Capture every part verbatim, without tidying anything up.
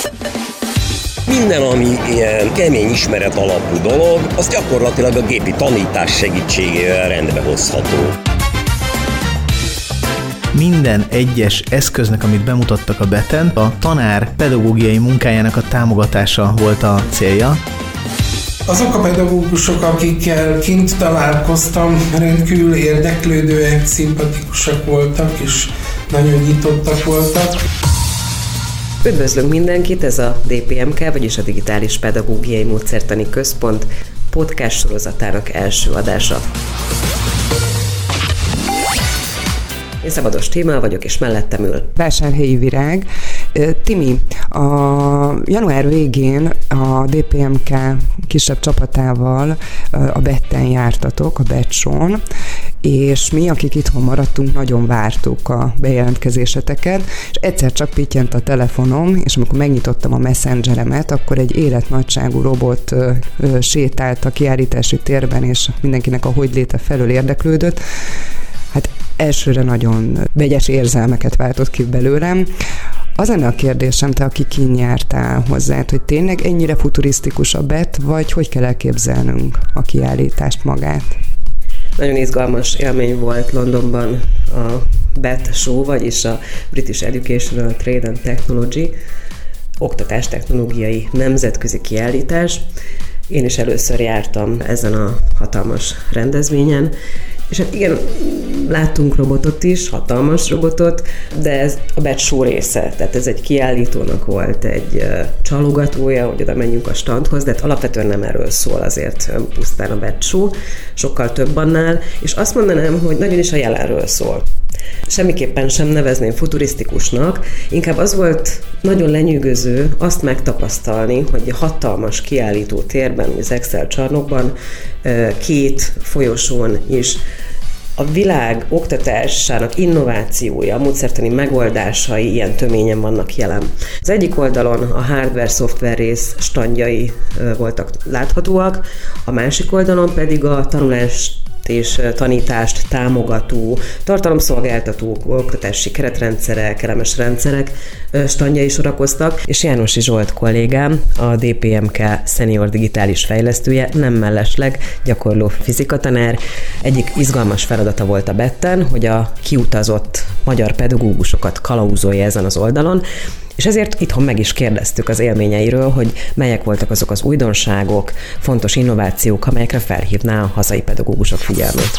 Minden, ami ilyen kemény ismeret alapú dolog, az gyakorlatilag a gépi tanítás segítségével rendbe hozható. Minden egyes eszköznek, amit bemutattak a beten, a tanár pedagógiai munkájának a támogatása volt a célja. Azok a pedagógusok, akikkel kint találkoztam, rendkívül érdeklődőek, szimpatikusak voltak és nagyon nyitottak voltak. Üdvözlünk mindenkit, ez a dé pé em ká, vagyis a Digitális Pedagógiai Módszertani Központ podcast sorozatának első adása. Én Szabados Tímea vagyok, és mellettem ül Vásárhelyi Virág. Timi, a január végén a dé pé em ká kisebb csapatával a betten jártatok, a Betson, és mi, akik itthon maradtunk, nagyon vártuk a bejelentkezéseteket, és egyszer csak pittyent a telefonom, és amikor megnyitottam a messengeremet, akkor egy életnagyságú robot sétált a kiállítási térben, és mindenkinek a hogyléte felől érdeklődött. Hát elsőre nagyon vegyes érzelmeket váltott ki belőlem. Az lenne a kérdésem, te, aki kint jártál hozzá, hogy tényleg ennyire futurisztikus a bet, vagy hogy kell elképzelnünk a kiállítást magát? Nagyon izgalmas élmény volt Londonban a bet show, vagyis a British Educational Trade and Technology oktatástechnológiai nemzetközi kiállítás. Én is először jártam ezen a hatalmas rendezvényen, és hát igen, láttunk robotot is, hatalmas robotot, de ez a bet show része, tehát ez egy kiállítónak volt egy uh, csalogatója, hogy oda menjünk a standhoz, de hát alapvetően nem erről szól azért pusztán a bet show, sokkal több annál, és azt mondanám, hogy nagyon is a jelenről szól. Semmiképpen sem nevezném futurisztikusnak, inkább az volt nagyon lenyűgöző azt megtapasztalni, hogy a hatalmas kiállító térben, az Excel csarnokban, két folyosón is a világ oktatásának innovációja, a módszertani megoldásai ilyen töményen vannak jelen. Az egyik oldalon a hardware-szoftver rész standjai voltak láthatóak, a másik oldalon pedig a tanulás és tanítást támogató, tartalomszolgáltató, oktatási keretrendszerek, elemes rendszerek standjai sorakoztak, és Jánosi Zsolt kollégám, a dé pé em ká senior digitális fejlesztője, nem mellesleg gyakorló fizikatanár. Egyik izgalmas feladata volt a betten, hogy a kiutazott magyar pedagógusokat kalauzolja ezen az oldalon, és ezért itthon meg is kérdeztük az élményeiről, hogy melyek voltak azok az újdonságok, fontos innovációk, amelyekre felhívná a hazai pedagógusok figyelmét.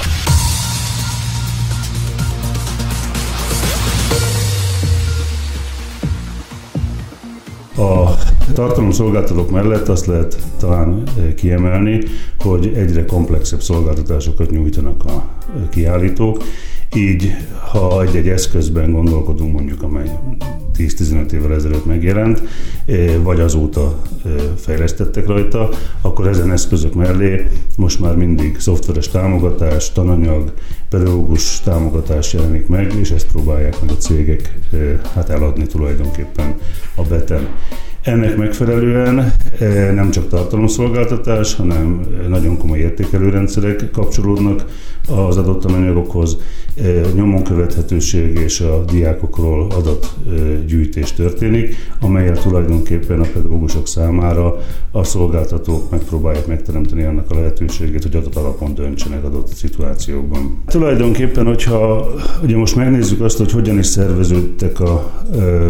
A tartalomszolgáltatók mellett azt lehet talán kiemelni, hogy egyre komplexebb szolgáltatásokat nyújtanak a kiállítók, így ha egy-egy eszközben gondolkodunk, mondjuk amely tíz-tizenöt évvel ezelőtt megjelent, vagy azóta fejlesztettek rajta, akkor ezen eszközök mellé most már mindig szoftveres támogatás, tananyag, pedagógus támogatás jelenik meg, és ezt próbálják meg a cégek hát eladni tulajdonképpen a beten. Ennek megfelelően nem csak tartalomszolgáltatás, hanem nagyon komoly értékelőrendszerek kapcsolódnak az adott anyagokhoz, nyomon követhetőség és a diákokról adatgyűjtés történik, amellyel tulajdonképpen a pedagógusok számára a szolgáltatók megpróbálják megteremteni annak a lehetőségét, hogy adat alapon döntsenek adott szituációkban. Tulajdonképpen, hogyha ugye most megnézzük azt, hogy hogyan is szerveződtek a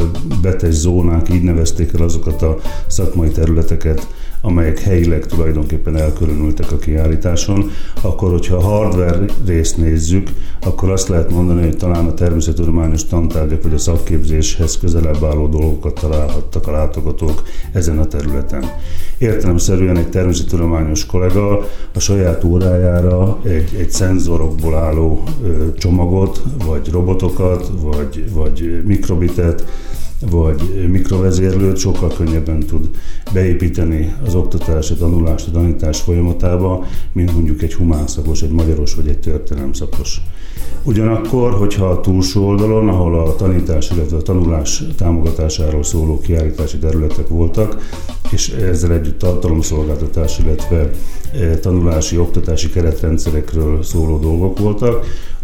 betes zónák, így nevezték el azokat a szakmai területeket, amelyek helyileg tulajdonképpen elkülönültek a kiállításon, akkor, hogyha a hardware részt nézzük, akkor azt lehet mondani, hogy talán a természettudományos tantárgyak vagy a szakképzéshez közelebb álló dolgokat találhattak a látogatók ezen a területen. Értelemszerűen egy természettudományos kollega a saját órájára egy, egy szenzorokból álló ö, csomagot, vagy robotokat, vagy, vagy mikrobitet, vagy mikrovezérlőt sokkal könnyebben tud beépíteni az oktatás, a tanulás, a tanítás folyamatába, mint mondjuk egy humánszakos, egy magyaros vagy egy történelemszakos. Ugyanakkor, hogyha a túlsó oldalon, ahol a tanítás, illetve a tanulás támogatásáról szóló kiállítási területek voltak, és ezzel együtt tartalomszolgáltatás, illetve tanulási, oktatási keretrendszerekről szóló dolgok voltak,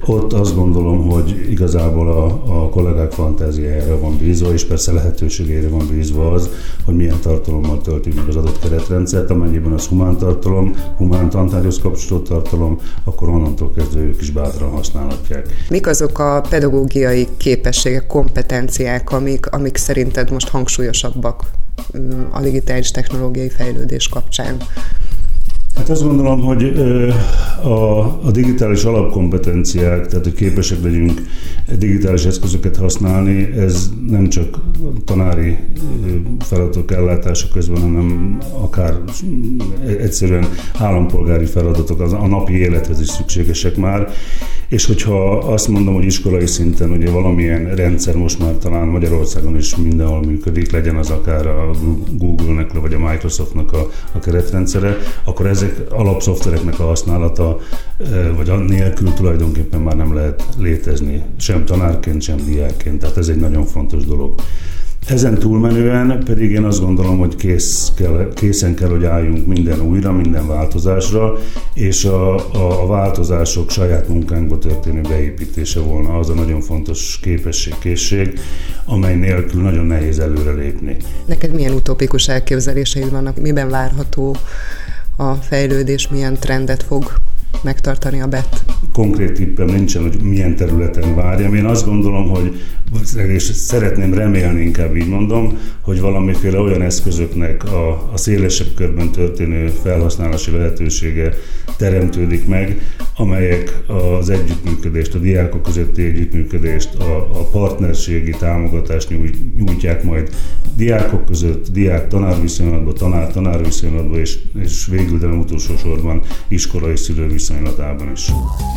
Ott azt gondolom, hogy igazából a, a kollégák fantáziájára van bízva, és persze lehetőségére van bízva az, hogy milyen tartalommal töltjük meg az adott keretrendszert, amennyiben az humán tartalom, humán tantárgyhoz kapcsolatot tartalom, akkor onnantól kezdve ők is bátran használhatják. Mik azok a pedagógiai képességek, kompetenciák, amik, amik szerinted most hangsúlyosabbak a digitális technológiai fejlődés kapcsán? Hát azt gondolom, hogy a, a digitális alapkompetenciák, tehát hogy képesek legyünk digitális eszközöket használni, ez nem csak tanári feladatok ellátása közben, hanem akár egyszerűen állampolgári feladatok, az a napi élethez is szükségesek már. És hogyha azt mondom, hogy iskolai szinten ugye valamilyen rendszer most már talán Magyarországon is mindenhol működik, legyen az akár a Google-nek vagy a Microsoftnak a, a keretrendszere, akkor ezek alapszoftvereknek a használata vagy nélkül tulajdonképpen már nem lehet létezni, sem tanárként, sem diákként, tehát ez egy nagyon fontos dolog. Ezen túlmenően pedig én azt gondolom, hogy kész kell, készen kell, hogy álljunk minden újra, minden változásra, és a, a, a változások saját munkánkba történő beépítése volna az a nagyon fontos képesség, készség, amely nélkül nagyon nehéz előrelépni. Neked milyen utópikus elképzeléseid vannak? Miben várható a fejlődés, milyen trendet fog megtartani a bé e té? Konkrét tippem nincsen, hogy milyen területen várjam. Én azt gondolom, hogy, és szeretném remélni, inkább így mondom, hogy valamiféle olyan eszközöknek a, a szélesebb körben történő felhasználási lehetősége teremtődik meg, amelyek az együttműködést, a diákok közötti együttműködést, a, a partnerségi támogatást nyújtják majd diákok között, diák-tanár viszonylatban, tanár-tanár viszonylatban, és, és végül, de nem utolsó sorban iskolai szülő viszonylatában is.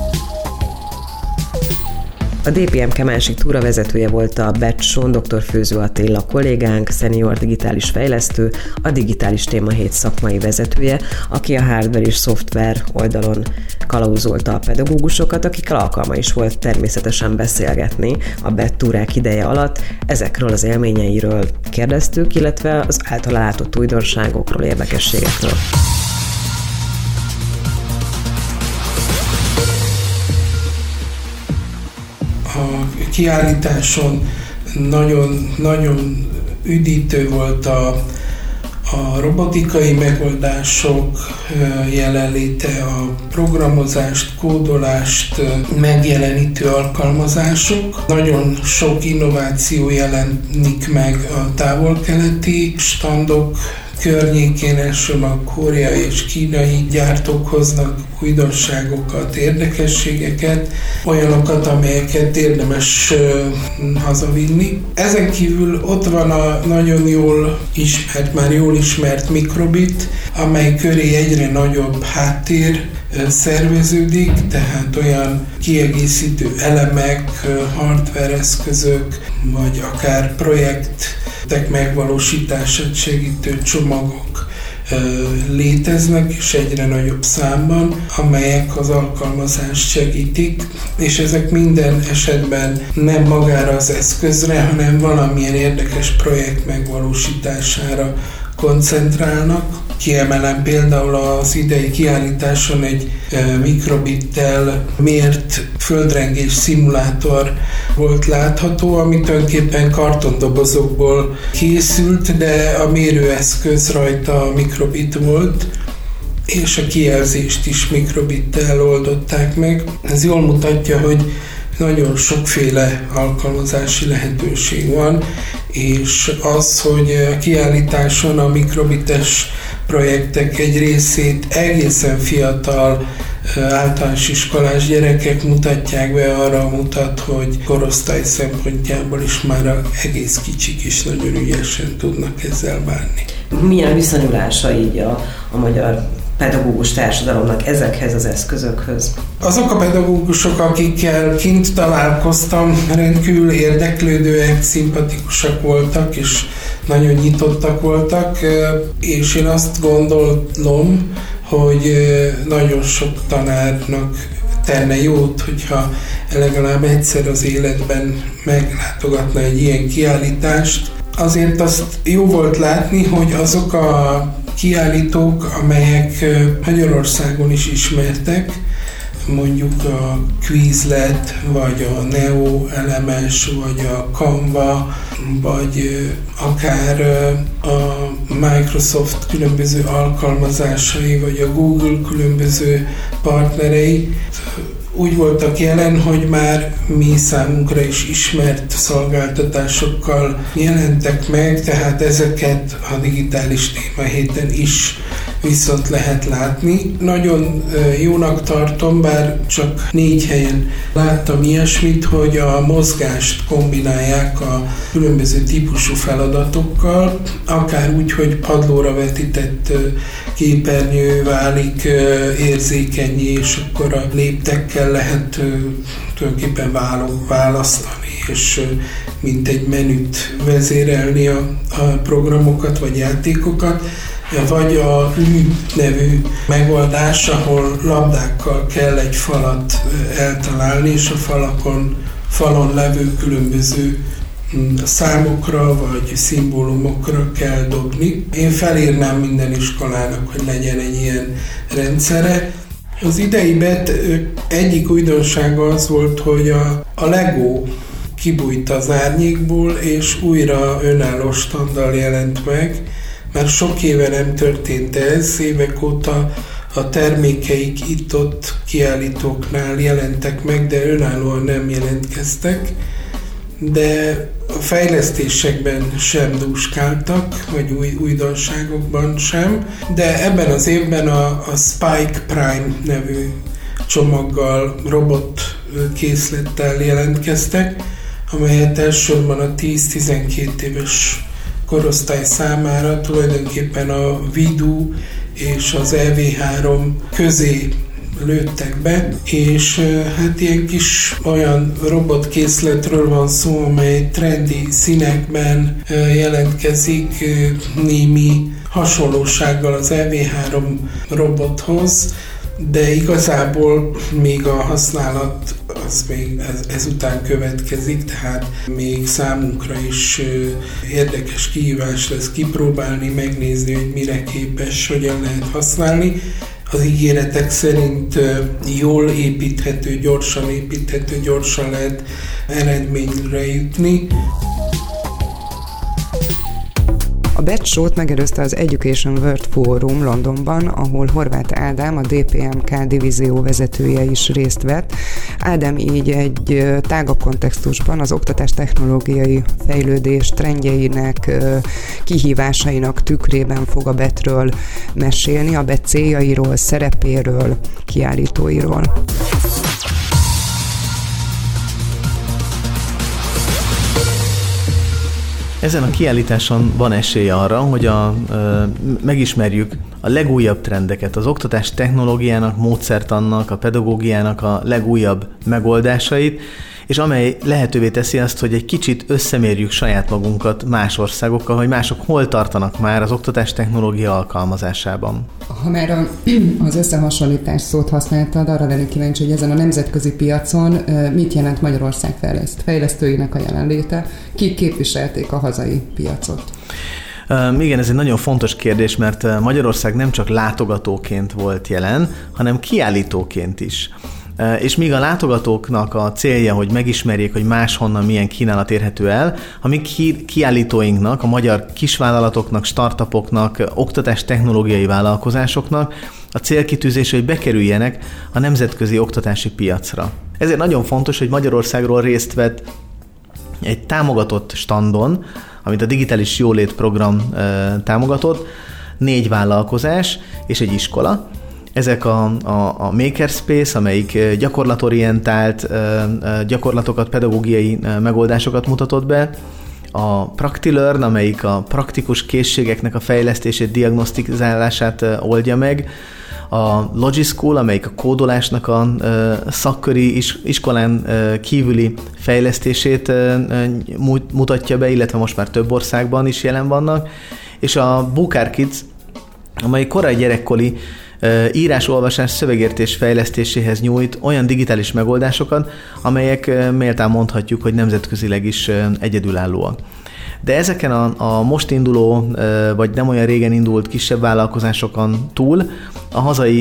A dé pé em ká másik túravezetője volt a Becson, dr. Főző Attila kollégánk, szenior digitális fejlesztő, a Digitális Téma hét szakmai vezetője, aki a hardware és szoftver oldalon kalauzolta a pedagógusokat, akikkel alkalma is volt természetesen beszélgetni a bé e té túrák ideje alatt. Ezekről az élményeiről kérdeztük, illetve az általa látott újdonságokról, érdekességekről. A kiállításon nagyon, nagyon üdítő volt a, a robotikai megoldások jelenléte, a programozást, kódolást megjelenítő alkalmazások. Nagyon sok innováció jelenik meg a távol-keleti standok környékén, elsősorban a koreai és kínai gyártók hoznak újdonságokat, érdekességeket, olyanokat, amelyeket érdemes uh, hazavinni. Ezen kívül ott van a nagyon jól ismert, már jól ismert Microbit, amely köré egyre nagyobb háttér uh, szerveződik, tehát olyan kiegészítő elemek, uh, hardware eszközök, vagy akár projektek megvalósítását segítő csomagok léteznek, és egyre nagyobb számban, amelyek az alkalmazást segítik, és ezek minden esetben nem magára az eszközre, hanem valamilyen érdekes projekt megvalósítására koncentrálnak. Kiemelem például az idei kiállításon egy mikrobittel mért földrengés szimulátor volt látható, ami tulajdonképpen kartondobozokból készült, de a mérőeszköz rajta mikrobit volt, és a kijelzést is mikrobittel oldották meg. Ez jól mutatja, hogy nagyon sokféle alkalmazási lehetőség van, és az, hogy a kiállításon a mikrobites projektek egy részét egészen fiatal általános iskolás gyerekek mutatják be, arra mutat, hogy korosztály szempontjából is már egész kicsik is nagyon ügyesen tudnak ezzel bánni. Milyen viszonyulása így a, a magyar pedagógus társadalomnak ezekhez az eszközökhöz? Azok a pedagógusok, akikkel kint találkoztam, rendkívül érdeklődőek, szimpatikusak voltak, és nagyon nyitottak voltak, és én azt gondolom, hogy nagyon sok tanárnak tenne jót, hogyha legalább egyszer az életben meglátogatna egy ilyen kiállítást. Azért azt jó volt látni, hogy azok a kiállítók, amelyek Magyarországon is ismertek, mondjuk a Quizlet, vagy a Neo elemes, vagy a Canva, vagy akár a Microsoft különböző alkalmazásai, vagy a Google különböző partnerei úgy voltak jelen, hogy már mi számunkra is ismert szolgáltatásokkal jelentek meg, tehát ezeket a digitális témahéten is viszont lehet látni. Nagyon jónak tartom, bár csak négy helyen láttam ilyesmit, hogy a mozgást kombinálják a különböző típusú feladatokkal, akár úgy, hogy padlóra vetített képernyő válik érzékenyé, és akkor a léptekkel lehet tulajdonképpen választani, és mint egy menüt vezérelni a, a programokat vagy játékokat, vagy a Lü nevű megoldás, ahol labdákkal kell egy falat eltalálni, és a falakon, falon levő különböző számokra vagy szimbólumokra kell dobni. Én felírnám minden iskolának, hogy legyen egy ilyen rendszere. Az idei bet egyik újdonsága az volt, hogy a, a Lego kibújt az árnyékból, és újra önálló standal jelent meg. Már sok éve nem történt ez, évek óta a termékeik itt-ott kiállítóknál jelentek meg, de önállóan nem jelentkeztek, de a fejlesztésekben sem dúskáltak, vagy új újdonságokban sem, de ebben az évben a, a Spike Prime nevű csomaggal, robot készlettel jelentkeztek, amelyet elsősorban a tíz-tizenkét éves korosztály számára tulajdonképpen a Vidu és az E V három közé lőttek be, és hát ilyen kis olyan robotkészletről van szó, amely trendi színekben jelentkezik, némi hasonlósággal az E V három robothoz, de igazából még a használat az még ez, ezután következik, tehát még számunkra is érdekes kihívás lesz kipróbálni, megnézni, hogy mire képes, hogyan lehet használni. Az ígéretek szerint jól építhető, gyorsan építhető, gyorsan lehet eredményre jutni. A bé e té show-t megelőzte az Education World Forum Londonban, ahol Horváth Ádám, a dé pé em ká divízió vezetője is részt vett. Ádám így egy tágabb kontextusban az oktatás technológiai fejlődés trendjeinek, kihívásainak tükrében fog a bé e té-ről mesélni, a bé e té céljairól, szerepéről, kiállítóiról. Ezen a kiállításon van esély arra, hogy a, ö, megismerjük a legújabb trendeket, az oktatás technológiának, módszertannak, a pedagógiának a legújabb megoldásait, és amely lehetővé teszi azt, hogy egy kicsit összemérjük saját magunkat más országokkal, hogy mások hol tartanak már az oktatás technológia alkalmazásában. Ha már a, az összehasonlítás szót használtad, arra lennék kíváncsi, hogy ezen a nemzetközi piacon mit jelent Magyarország fejleszt, fejlesztőinek a jelenléte, kik képviselték a hazai piacot? Uh, igen, ez egy nagyon fontos kérdés, mert Magyarország nem csak látogatóként volt jelen, hanem kiállítóként is. És míg a látogatóknak a célja, hogy megismerjék, hogy máshonnan milyen kínálat érhető el, a mi kiállítóinknak, a magyar kisvállalatoknak, startupoknak, oktatás technológiai vállalkozásoknak a célkitűzés, hogy bekerüljenek a nemzetközi oktatási piacra. Ezért nagyon fontos, hogy Magyarországról részt vett egy támogatott standon, amit a Digitális Jólét Program támogatott, négy vállalkozás és egy iskola. Ezek a, a, a Makerspace, amelyik gyakorlatorientált gyakorlatokat, pedagógiai megoldásokat mutatott be, a Practilearn, amelyik a praktikus készségeknek a fejlesztését, diagnosztizálását oldja meg, a Logischool, amelyik a kódolásnak a szakköri iskolán kívüli fejlesztését mutatja be, illetve most már több országban is jelen vannak, és a Bukár Kids, amely korai gyerekkori írás, olvasás, szövegértés fejlesztéséhez nyújt olyan digitális megoldásokat, amelyek méltán mondhatjuk, hogy nemzetközileg is egyedülállóak. De ezeken a, a most induló, vagy nem olyan régen indult kisebb vállalkozásokon túl a hazai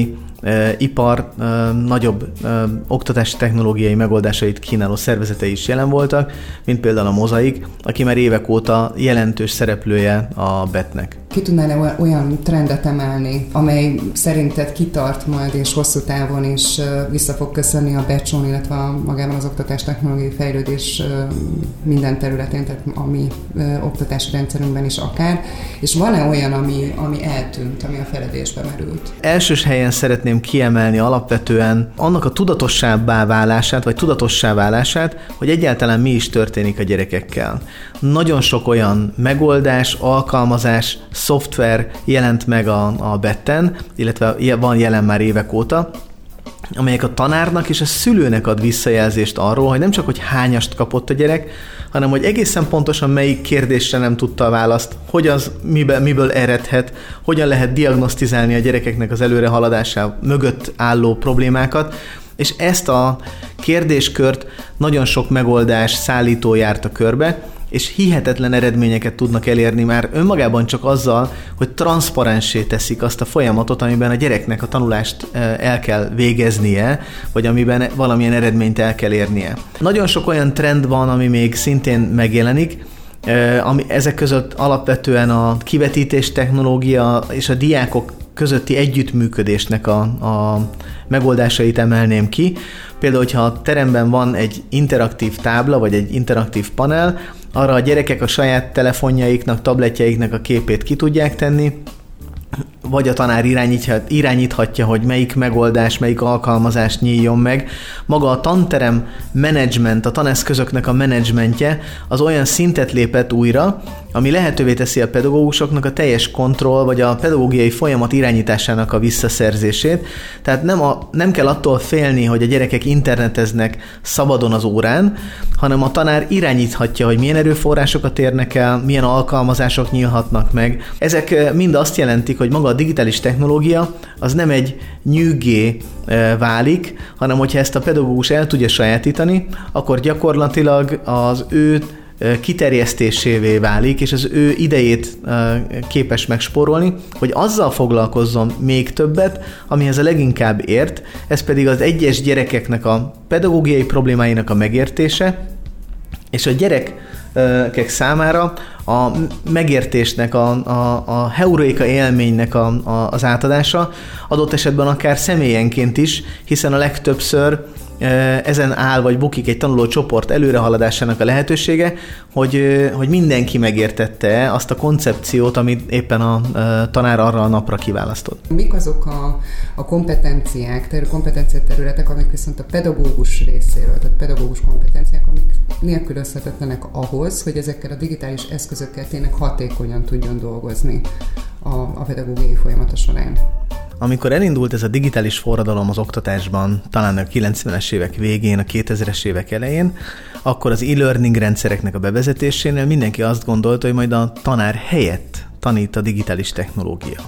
ipar nagyobb oktatási technológiai megoldásait kínáló szervezetei is jelen voltak, mint például a Mozaik, aki már évek óta jelentős szereplője a bé e té-nek. Ki tudnál olyan trendet emelni, amely szerinted kitart majd és hosszú távon is vissza fog köszönni a Becsón, illetve a, magában az oktatás technológiai fejlődés minden területén, tehát a mi oktatási rendszerünkben is akár, és van-e olyan, ami, ami eltűnt, ami a feledésbe merült? Elsős helyen szeretném kiemelni alapvetően annak a tudatossábbá válását, vagy tudatossá válását, hogy egyáltalán mi is történik a gyerekekkel. Nagyon sok olyan megoldás, alkalmazás, szoftver jelent meg a, a bé e té-en, illetve van jelen már évek óta, amelyek a tanárnak és a szülőnek ad visszajelzést arról, hogy nem csak, hogy hányast kapott a gyerek, hanem hogy egészen pontosan melyik kérdésre nem tudta a választ, hogy az miből, miből eredhet, hogyan lehet diagnosztizálni a gyerekeknek az előrehaladása mögött álló problémákat, és ezt a kérdéskört nagyon sok megoldás, szállító járta körbe, és hihetetlen eredményeket tudnak elérni már önmagában csak azzal, hogy transzparenssé teszik azt a folyamatot, amiben a gyereknek a tanulást el kell végeznie, vagy amiben valamilyen eredményt el kell érnie. Nagyon sok olyan trend van, ami még szintén megjelenik, ami ezek között alapvetően a kivetítés technológia és a diákok közötti együttműködésnek a, a megoldásait emelném ki. Például, hogyha a teremben van egy interaktív tábla, vagy egy interaktív panel, arra a gyerekek a saját telefonjaiknak, tabletjeiknek a képét ki tudják tenni, vagy a tanár irányíthat, irányíthatja, hogy melyik megoldás, melyik alkalmazás nyíljon meg. Maga a tanterem menedzsment, a taneszközöknek a menedzsmentje az olyan szintet lépett újra, ami lehetővé teszi a pedagógusoknak a teljes kontroll, vagy a pedagógiai folyamat irányításának a visszaszerzését. Tehát nem, a, nem kell attól félni, hogy a gyerekek interneteznek szabadon az órán, hanem a tanár irányíthatja, hogy milyen erőforrásokat érnek el, milyen alkalmazások nyílhatnak meg. Ezek mind azt jelentik, hogy maga a digitális technológia az nem egy nyűggé válik, hanem hogyha ezt a pedagógus el tudja sajátítani, akkor gyakorlatilag az ő kiterjesztésévé válik, és az ő idejét képes megspórolni, hogy azzal foglalkozzon még többet, amihez a leginkább ért, ez pedig az egyes gyerekeknek a pedagógiai problémáinak a megértése, és a gyerekek számára a megértésnek, a, a, a heuréka élménynek a, a, az átadása, adott esetben akár személyenként is, hiszen a legtöbbször ezen áll vagy bukik egy tanuló csoport előrehaladásának a lehetősége, hogy, hogy mindenki megértette azt a koncepciót, amit éppen a tanár arra a napra kiválasztott. Mik azok a, a kompetenciák, ter, kompetencia területek, amik viszont a pedagógus részéről, tehát pedagógus kompetenciák, amik nélkülözhetetlenek ahhoz, hogy ezekkel a digitális eszközökkel tényleg hatékonyan tudjon dolgozni a, a pedagógiai folyamata során? Amikor elindult ez a digitális forradalom az oktatásban, talán a kilencvenes évek végén, a kétezres évek elején, akkor az e-learning rendszereknek a bevezetésénél mindenki azt gondolta, hogy majd a tanár helyett tanít a digitális technológia.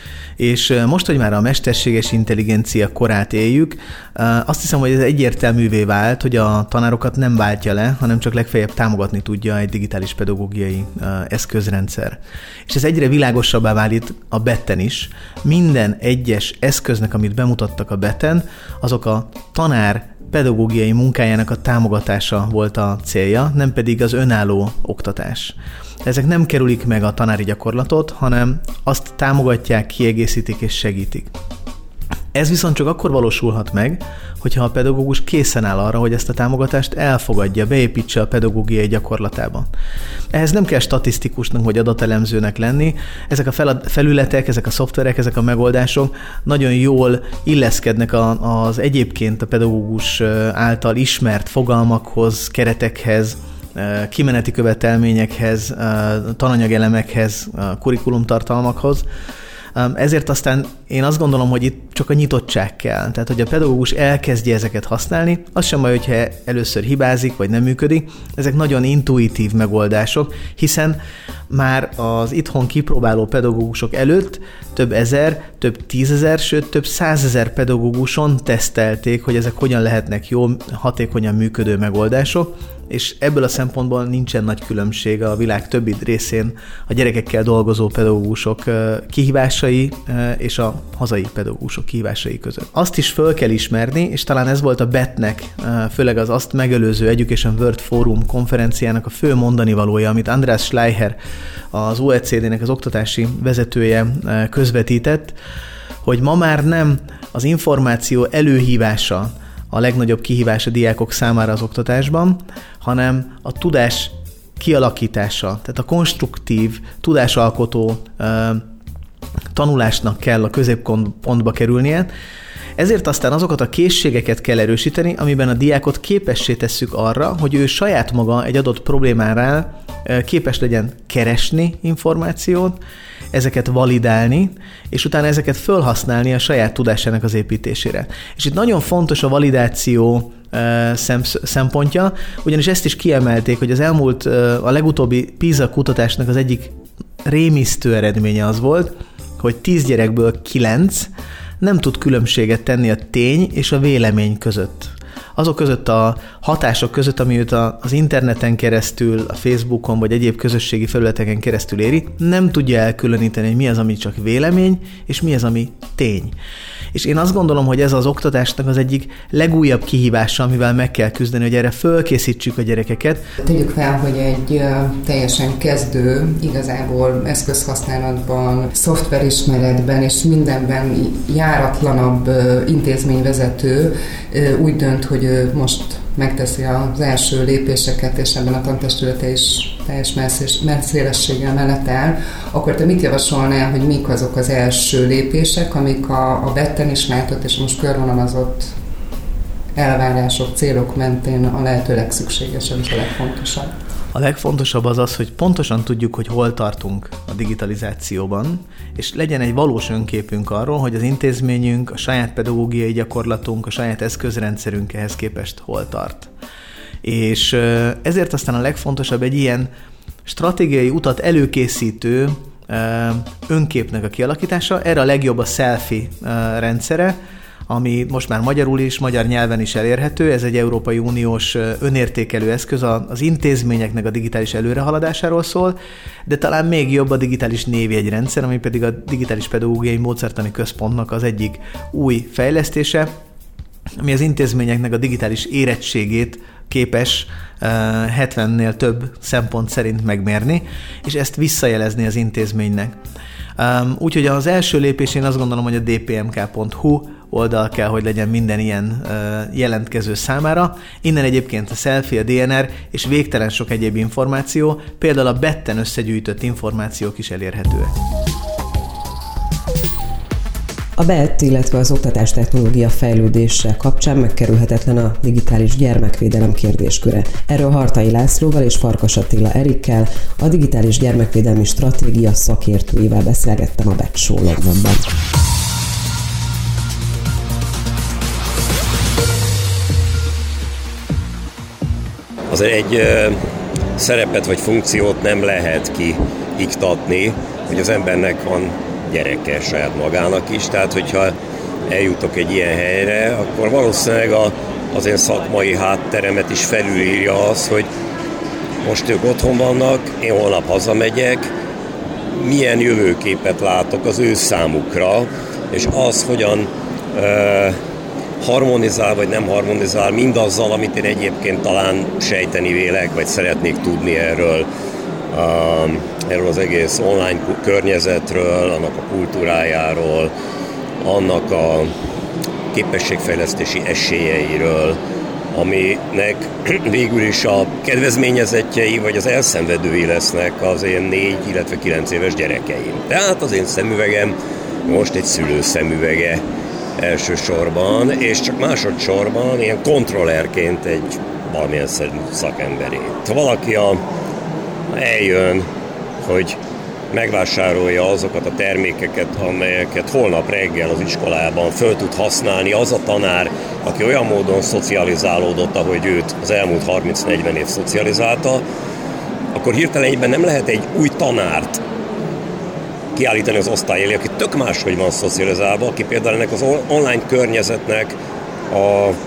És most, hogy már a mesterséges intelligencia korát éljük, azt hiszem, hogy ez egyértelművé vált, hogy a tanárokat nem váltja le, hanem csak legfeljebb támogatni tudja egy digitális pedagógiai eszközrendszer. És ez egyre világosabbá válik a bé e té-en is. Minden egyes eszköznek, amit bemutattak a bé e té-en, azok a tanár pedagógiai munkájának a támogatása volt a célja, nem pedig az önálló oktatás. Ezek nem kerülik meg a tanári gyakorlatot, hanem azt támogatják, kiegészítik és segítik. Ez viszont csak akkor valósulhat meg, hogyha a pedagógus készen áll arra, hogy ezt a támogatást elfogadja, beépítse a pedagógiai gyakorlatába. Ehhez nem kell statisztikusnak vagy adatelemzőnek lenni, ezek a felületek, ezek a szoftverek, ezek a megoldások nagyon jól illeszkednek az egyébként a pedagógus által ismert fogalmakhoz, keretekhez, kimeneti követelményekhez, tananyagelemekhez, kurikulumtartalmakhoz. Ezért aztán én azt gondolom, hogy itt csak a nyitottság kell. Tehát, hogy a pedagógus elkezdje ezeket használni, az sem baj, hogyha először hibázik, vagy nem működik. Ezek nagyon intuitív megoldások, hiszen már az itthon kipróbáló pedagógusok előtt több ezer, több tízezer, sőt több százezer pedagóguson tesztelték, hogy ezek hogyan lehetnek jó, hatékonyan működő megoldások, és ebből a szempontból nincsen nagy különbség a világ többi részén a gyerekekkel dolgozó pedagógusok kihívásai és a hazai pedagógusok kihívásai között. Azt is föl kell ismerni, és talán ez volt a bé e té-nek, főleg az azt megelőző Education World Forum konferenciának a fő mondani valója, amit András Schleicher, az o e cé dé-nek az oktatási vezetője közvetített, hogy ma már nem az információ előhívása a legnagyobb kihívás a diákok számára az oktatásban, hanem a tudás kialakítása, tehát a konstruktív, tudásalkotó uh, tanulásnak kell a középpontba kerülnie. Ezért aztán azokat a készségeket kell erősíteni, amiben a diákot képessé tesszük arra, hogy ő saját maga egy adott problémára képes legyen keresni információt, ezeket validálni, és utána ezeket felhasználni a saját tudásának az építésére. És itt nagyon fontos a validáció szempontja, ugyanis ezt is kiemelték, hogy az elmúlt, a legutóbbi PISA kutatásnak az egyik rémisztő eredménye az volt, hogy tíz gyerekből kilenc nem tud különbséget tenni a tény és a vélemény között. Azok között a hatások között, ami őt az interneten keresztül, a Facebookon vagy egyéb közösségi felületeken keresztül éri, nem tudja elkülöníteni, hogy mi az, ami csak vélemény, és mi az, ami tény. És én azt gondolom, hogy ez az oktatásnak az egyik legújabb kihívása, amivel meg kell küzdeni, hogy erre fölkészítsük a gyerekeket. Tegyük fel, hogy egy teljesen kezdő, igazából eszközhasználatban, szoftverismeretben és mindenben járatlanabb intézményvezető úgy dönt, hogy ő most megteszi az első lépéseket, és ebben a tantestülete is teljes messzélességgel mellett áll, akkor te mit javasolnál, hogy mik azok az első lépések, amik a, a bé e té-en is látott, és most körvonalazott elvárások, célok mentén a lehető legszükségesebb és a legfontosabb? A legfontosabb az az, hogy pontosan tudjuk, hogy hol tartunk a digitalizációban, és legyen egy valós önképünk arról, hogy az intézményünk, a saját pedagógiai gyakorlatunk, a saját eszközrendszerünk ehhez képest hol tart. És ezért aztán a legfontosabb egy ilyen stratégiai utat előkészítő önképnek a kialakítása. Erre a legjobb a selfie rendszere, ami most már magyarul is, magyar nyelven is elérhető. Ez egy Európai Uniós önértékelő eszköz, az intézményeknek a digitális előrehaladásáról szól, de talán még jobb a digitális névjegyrendszer, ami pedig a Digitális Pedagógiai Módszertani Központnak az egyik új fejlesztése, ami az intézményeknek a digitális érettségét képes hetvennél több szempont szerint megmérni, és ezt visszajelezni az intézménynek. Úgyhogy az első lépés én azt gondolom, hogy a d p m k pont h u oldal kell, hogy legyen minden ilyen jelentkező számára. Innen egyébként a selfie, a dé en er és végtelen sok egyéb információ, például a bé e té-en összegyűjtött információk is elérhetőek. A bé e té, illetve az oktatástechnológia fejlődése kapcsán megkerülhetetlen a digitális gyermekvédelem kérdésköre. Erről Hartai Lászlóval és Farkas Attila Erikkel, a digitális gyermekvédelmi stratégia szakértőivel beszélgettem a bé e té Show Londonban. Azért egy ö, szerepet vagy funkciót nem lehet kiiktatni, hogy az embernek van gyereke saját magának is, tehát hogyha eljutok egy ilyen helyre, akkor valószínűleg a, az én szakmai hátteremet is felülírja az, hogy most ők otthon vannak, én holnap hazamegyek, milyen jövőképet látok az ő számukra, és az hogyan ö, harmonizál, vagy nem harmonizál mindazzal, amit én egyébként talán sejteni vélek, vagy szeretnék tudni erről, uh, erről az egész online környezetről, annak a kultúrájáról, annak a képességfejlesztési esélyeiről, aminek végül is a kedvezményezettjei, vagy az elszenvedői lesznek az én négy, illetve kilenc éves gyerekeim. Tehát az én szemüvegem most egy szülő szemüvege elsősorban, és csak másodszorban ilyen kontrollerként egy valamilyen szakemberé. Ha valaki a, eljön, hogy megvásárolja azokat a termékeket, amelyeket holnap reggel az iskolában föl tud használni az a tanár, aki olyan módon szocializálódott, ahogy őt az elmúlt harminc-negyven év szocializálta, akkor hirtelen egyben nem lehet egy új tanárt kiállítani az osztály elé, aki tök máshogy van szocializálva, aki például ennek az online környezetnek a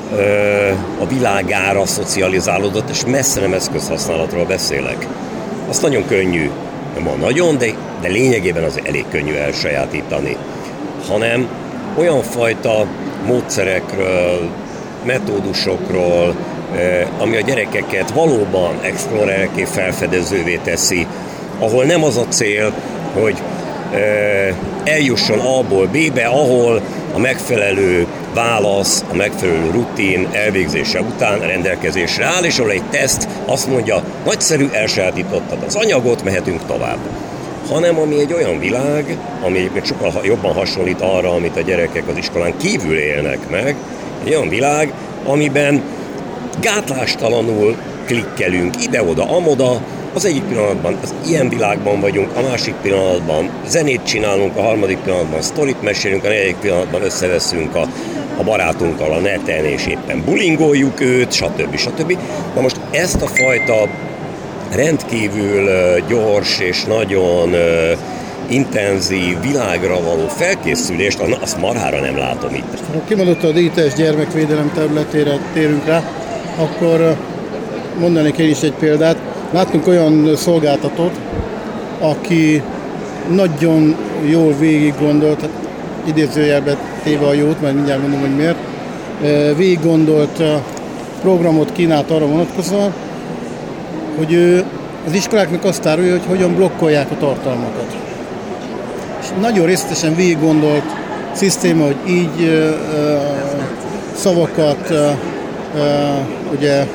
a világára szocializálódott, és messze nem eszközhasználatról beszélek. Azt nagyon könnyű, nem a nagyon, de, de lényegében az elég könnyű elsajátítani, hanem olyan fajta módszerekről, metódusokról, ami a gyerekeket valóban explorerké, felfedezővé teszi, ahol nem az a cél, hogy eljusson A-ból B-be, ahol a megfelelő válasz, a megfelelő rutin elvégzése után rendelkezésre áll, és ahol egy teszt azt mondja, nagyszerű, elsajátítottad az anyagot, mehetünk tovább. Hanem ami egy olyan világ, ami egyébként sokkal jobban hasonlít arra, amit a gyerekek az iskolán kívül élnek meg, egy olyan világ, amiben gátlástalanul klikkelünk ide-oda, amoda, az egyik pillanatban az ilyen világban vagyunk, a másik pillanatban zenét csinálunk, a harmadik pillanatban sztorit mesélünk, a negyedik pillanatban összeveszünk a, a barátunkkal a neten, és éppen bulingoljuk őt, stb. stb. Na most ezt a fajta rendkívül gyors és nagyon intenzív világra való felkészülést, azt marhára nem látom itt. Ha kimondottan a digitális gyermekvédelem területére térünk rá, akkor mondanék én is egy példát. Láttunk olyan szolgáltatót, aki nagyon jól végig gondolt, idézőjelben téve a jót, majd mindjárt mondom, hogy miért, végig gondolt programot kínált arra vonatkozóan, hogy ő az iskoláknak azt árulja, hogy hogyan blokkolják a tartalmakat. És nagyon részletesen végig gondolt szisztéma, hogy így szavakat, ugye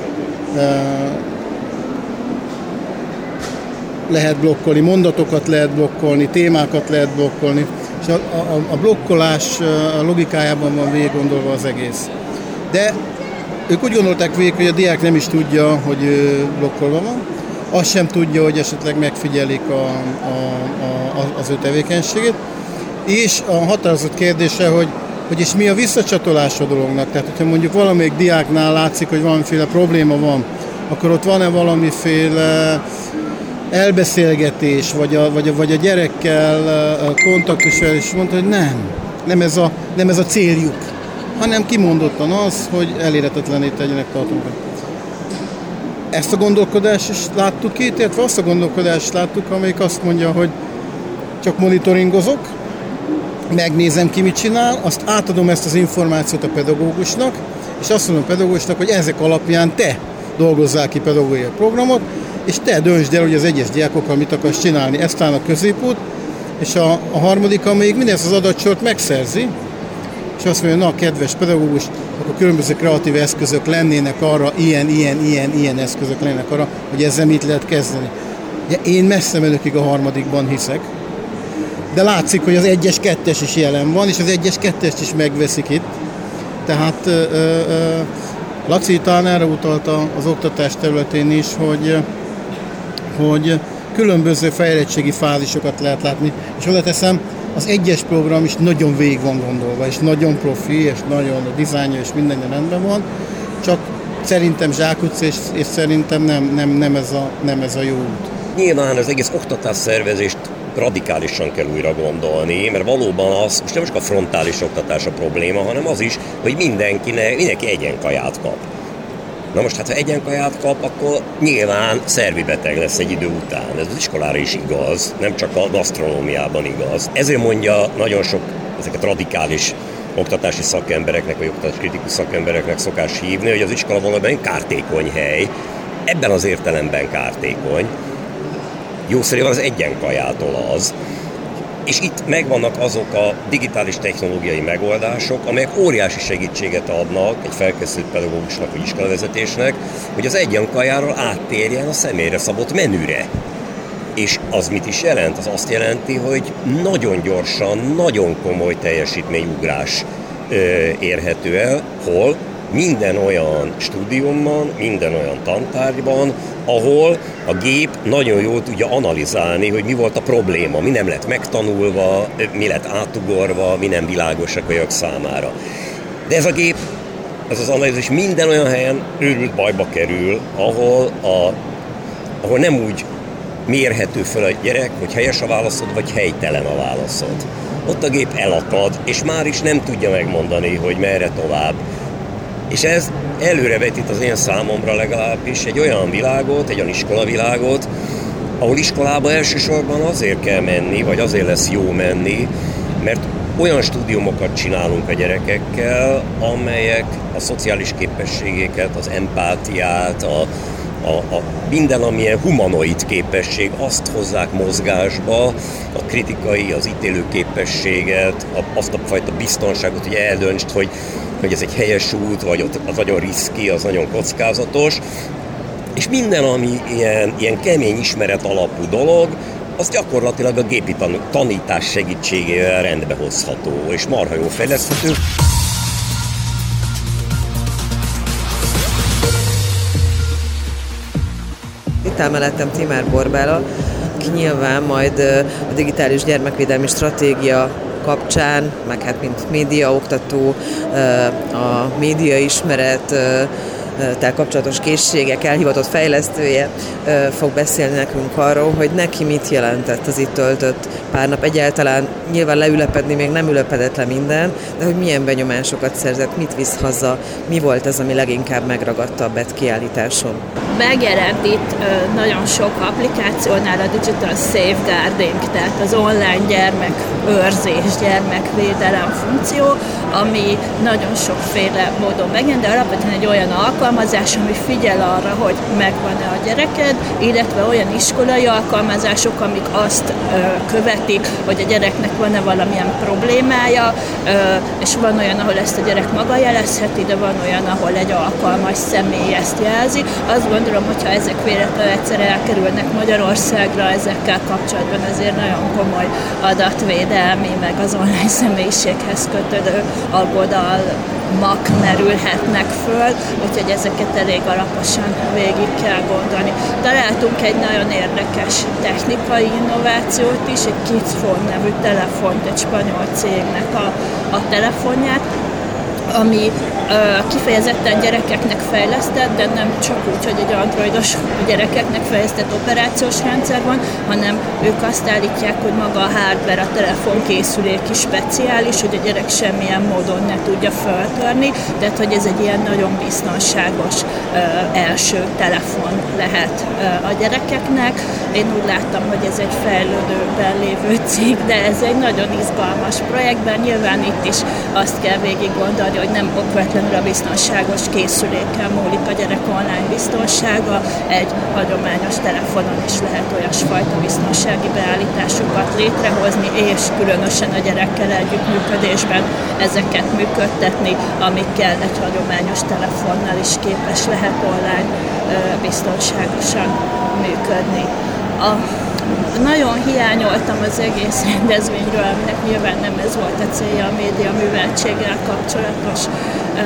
lehet blokkolni, mondatokat lehet blokkolni, témákat lehet blokkolni, és a, a, a blokkolás a logikájában van végig gondolva az egész. De ők úgy gondolták végig, hogy a diák nem is tudja, hogy blokkolva van, azt sem tudja, hogy esetleg megfigyelik a, a, a, az ő tevékenységét, és a határozott kérdése, hogy, hogy és mi a visszacsatolás a dolognak. Tehát, hogyha mondjuk valamelyik diáknál látszik, hogy valamiféle probléma van, akkor ott van-e valamiféle elbeszélgetés, vagy a, vagy a, vagy a gyerekkel kontaktus, és mondta, hogy nem, nem ez, a, nem ez a céljuk, hanem kimondottan az, hogy elérhetetlené tegyenek tartalmakat. Ezt a gondolkodást is láttuk itt, illetve azt a gondolkodást láttuk, amelyik azt mondja, hogy csak monitoringozok, megnézem ki mit csinál, azt átadom ezt az információt a pedagógusnak, és azt mondom a pedagógusnak, hogy ezek alapján te dolgozzál ki pedagógiai programot, és te döntsd el, hogy az egyes diákokkal mit akarsz csinálni. Ezt áll a középút, és a, a harmadik, amelyik mindezt az adatsort megszerzi, és azt mondja, na, kedves pedagógus, akkor különböző kreatív eszközök lennének arra, ilyen, ilyen, ilyen, ilyen eszközök lennének arra, hogy ezzel mit lehet kezdeni. Ja, én messze menőkig a harmadikban hiszek, de látszik, hogy az egyes, kettes is jelen van, és az egyes, kettest is megveszik itt. Tehát ö, ö, Laci talán erre utalta az oktatás területén is, hogy, hogy különböző fejlettségi fázisokat lehet látni, és oda teszem, az egyes program is nagyon végig van gondolva, és nagyon profi, és nagyon a dizájnja, és minden rendben van, csak szerintem zsákutca, és, és szerintem nem, nem, nem, ez a, nem ez a jó út. Nyilván az egész oktatásszervezést radikálisan kell újra gondolni, mert valóban az, most nem csak a frontális oktatás a probléma, hanem az is, hogy mindenkinek, mindenki egyenkaját kap. Na most hát, ha egyenkaját kap, akkor nyilván szervi beteg lesz egy idő után. Ez az iskolára is igaz, nem csak a gasztronómiában igaz. Ezért mondja nagyon sok ezeket radikális oktatási szakembereknek, vagy oktatási kritikus szakembereknek szokás hívni, hogy az iskola valóban kártékony hely. Ebben az értelemben kártékony. Jószerűen az egyenkajától az. És itt megvannak azok a digitális technológiai megoldások, amelyek óriási segítséget adnak egy felkészült pedagógusnak vagy iskolavezetésnek, hogy az egyenkajáról áttérjen a személyre szabott menüre. És az mit is jelent? Az azt jelenti, hogy nagyon gyorsan, nagyon komoly teljesítményugrás ö, érhető el, hol minden olyan stúdiumban, minden olyan tantárgyban, ahol a gép nagyon jól tudja analizálni, hogy mi volt a probléma, mi nem lett megtanulva, mi lett átugorva, mi nem világos a kölyök számára. De ez a gép, ez az analízis minden olyan helyen őrült bajba kerül, ahol, a, ahol nem úgy mérhető fel a gyerek, hogy helyes a válaszod, vagy helytelen a válaszod. Ott a gép elakad, és már is nem tudja megmondani, hogy merre tovább. És ez előrevetít az én számomra legalábbis egy olyan világot, egy olyan iskolavilágot, ahol iskolába elsősorban azért kell menni, vagy azért lesz jó menni, mert olyan stúdiumokat csinálunk a gyerekekkel, amelyek a szociális képességeket, az empátiát, a, a, a minden, amilyen humanoid képesség, azt hozzák mozgásba, a kritikai, az ítélő képességet, a, azt a fajta biztonságot, hogy eldöntsd, hogy, hogy ez egy helyes út, vagy az nagyon riszki, az nagyon kockázatos. És minden, ami ilyen, ilyen kemény ismeret alapú dolog, az gyakorlatilag a gépi tanítás segítségével rendbe hozható, és marha jól fejleszthető. Itt áll mellettem Timár Borbála, aki nyilván majd a digitális gyermekvédelmi stratégia kapcsán, meg hát mint médiaoktató, a médiaismeret, tehát kapcsolatos készségek elhivatott fejlesztője fog beszélni nekünk arról, hogy neki mit jelentett az itt töltött pár nap. Egyáltalán nyilván leülepedni még nem ülepedett le minden, de hogy milyen benyomásokat szerzett, mit visz haza, mi volt az, ami leginkább megragadta a bé e té kiállításon. Megjelent itt nagyon sok applikációnál a Digital Safeguarding, tehát az online gyermekőrzés, gyermekvédelem funkció, ami nagyon sokféle módon megjelent, de alapvetően egy olyan alkalmazás, ami figyel arra, hogy megvan-e a gyereked, illetve olyan iskolai alkalmazások, amik azt ö, követik, hogy a gyereknek van-e valamilyen problémája, ö, és van olyan, ahol ezt a gyerek maga jelezheti, de van olyan, ahol egy alkalmas személy ezt jelzi. Azt gondolom, hogyha ezek véletlenül egyszer elkerülnek Magyarországra, ezekkel kapcsolatban azért nagyon komoly adatvédelmi, meg az online személyiséghez kötődő aggodalmak merülhetnek föl, úgyhogy ezeket elég alaposan végig kell gondolni. Találtunk egy nagyon érdekes technikai innovációt is, egy KidsPhone nevű telefont, egy spanyol cégnek a, a telefonját, ami ö, kifejezetten gyerekeknek fejlesztett, de nem csak úgy, hogy egy androidos gyerekeknek fejlesztett operációs rendszer van, hanem ők azt állítják, hogy maga a hardware, a telefonkészülék is speciális, hogy a gyerek semmilyen módon ne tudja föltörni, tehát hogy ez egy ilyen nagyon biztonságos ö, első telefon lehet ö, a gyerekeknek. Én úgy láttam, hogy ez egy fejlődőben lévő cég, de ez egy nagyon izgalmas projektben. Nyilván itt is azt kell végig gondolni, hogy nem okvetlenül a biztonságos készülékkel múlik a gyerek online biztonsága, egy hagyományos telefonon is lehet olyasfajta biztonsági beállításokat létrehozni, és különösen a gyerekkel együttműködésben ezeket működtetni, amikkel egy hagyományos telefonnal is képes lehet online biztonságosan működni. A Nagyon hiányoltam az egész rendezvényről, aminek nyilván nem ez volt a célja, a média műveltséggel kapcsolatos uh,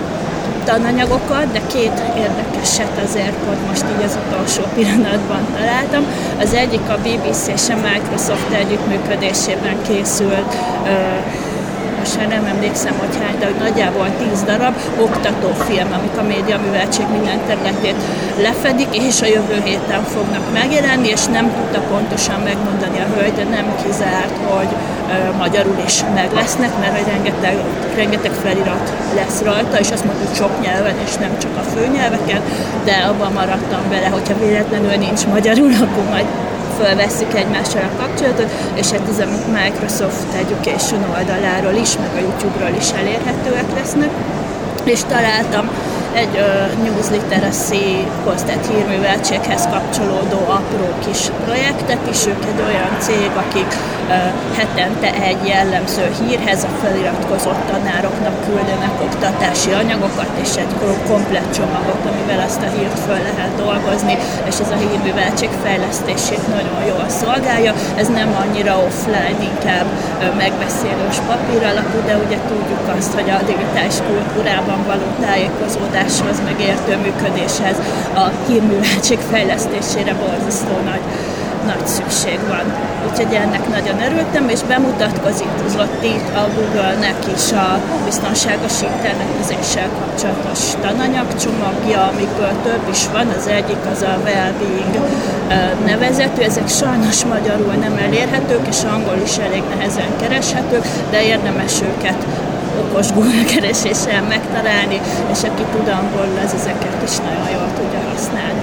tananyagokat, de két érdekeset azért pont most így az utolsó pillanatban találtam. Az egyik a bé bé cé és a Microsoft együttműködésében készült, uh, most már nem emlékszem, hogy hány, de hogy nagyjából tíz darab oktatófilm, amik a médiaműveltség minden területét lefedik, és a jövő héten fognak megjelenni, és nem tudta pontosan megmondani a hölgy, de nem kizárt, hogy ö, magyarul is meg lesznek, mert hogy rengeteg, rengeteg felirat lesz rajta, és azt mondjuk sok nyelven, és nem csak a főnyelveken, de abban maradtam vele, hogyha véletlenül nincs magyarul, akkor majd fölvesszük egymással a kapcsolatot, és hát ez a Microsoft Education oldaláról is, meg a YouTube-ról is elérhetőek lesznek. És találtam egy uh, news literacy-hoz, tehát hírműveltséghez kapcsolódó apró kis projektet is. Ők egy olyan cég, akik uh, hetente egy jellemző hírhez a feliratkozott tanároknak küldenek oktatási anyagokat, és egy komplett csomagot, amivel azt a hírt föl lehet dolgozni, és ez a hírműveltség fejlesztését nagyon jól szolgálja. Ez nem annyira offline, inkább uh, megbeszélős papír alapú, de ugye tudjuk azt, hogy a digitális kultúrában való tájékozódáshoz, meg értő működéshez, a hírműveltség fejlesztésére borzasztó nagy, nagy szükség van. Úgyhogy ennek nagyon örültem, és bemutatkozott itt a Google-nek is a biztonságos internetezéssel kapcsolatos tananyagcsomagja, amikből több is van. Az egyik az a Wellbeing nevezetű, ezek sajnos magyarul nem elérhetők, és angol is elég nehezen kereshetők, de érdemes őket okos Google kereséssel megtalálni, és aki tud angolul, az ezeket is nagyon jól tudja használni.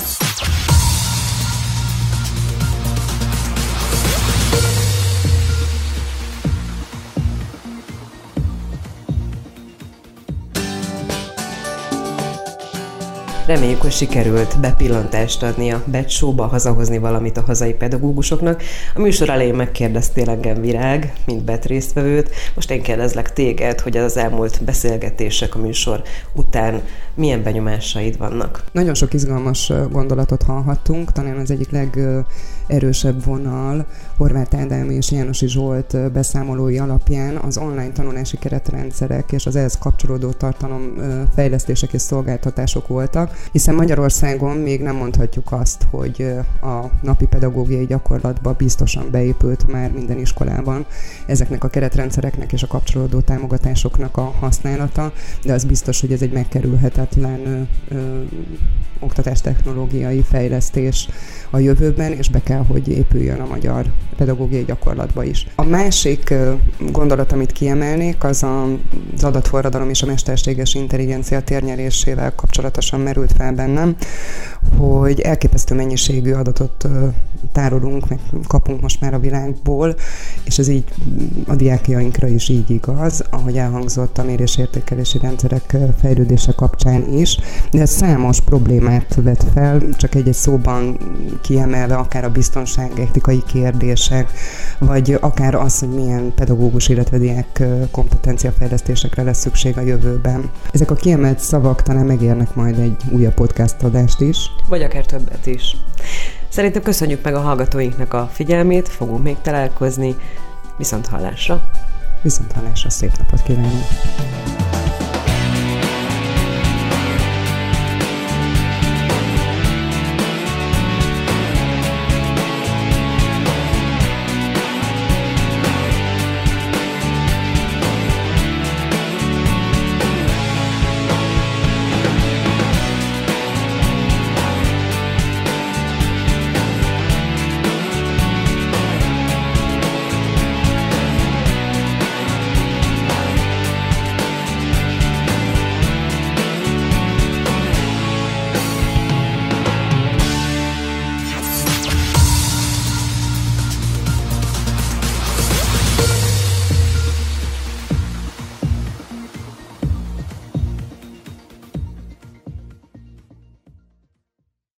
Reméljük, hogy sikerült bepillantást adni a Beth Show-ba, hazahozni valamit a hazai pedagógusoknak. A műsor elején megkérdeztél engem, Virág, mint Beth résztvevőt. Most én kérdezlek téged, hogy az elmúlt beszélgetések a műsor után milyen benyomásaid vannak? Nagyon sok izgalmas gondolatot hallhattunk, talán az egyik legerősebb vonal Horváth Ádám és Jánosi Zsolt beszámolói alapján az online tanulási keretrendszerek és az ehhez kapcsolódó tartalomfejlesztések és szolgáltatások voltak, hiszen Magyarországon még nem mondhatjuk azt, hogy a napi pedagógiai gyakorlatba biztosan beépült már minden iskolában ezeknek a keretrendszereknek és a kapcsolódó támogatásoknak a használata, de az biztos, hogy ez egy megkerülhetetlen ö, ö, oktatástechnológiai fejlesztés a jövőben, és be kell, hogy épüljön a magyar pedagógiai gyakorlatba is. A másik gondolat, amit kiemelnék, az az adatforradalom és a mesterséges intelligencia térnyerésével kapcsolatosan merült fel bennem, hogy elképesztő mennyiségű adatot tárolunk, meg kapunk most már a világból, és ez így a diákjainkra is így igaz, ahogy elhangzott a mérésértékelési rendszerek fejlődése kapcsán is, de ez számos problémát vet fel, csak egy-egy szóban kiemelve akár a biztonság, etikai kérdések, vagy akár az, hogy milyen pedagógus, illetve diák kompetenciafejlesztésekre lesz szükség a jövőben. Ezek a kiemelt szavak talán megérnek majd egy újabb podcast adást is. Vagy akár többet is. Szerintem köszönjük meg a hallgatóinknak a figyelmét, fogunk még találkozni. Viszont hallásra! Viszont hallásra, szép napot kívánunk!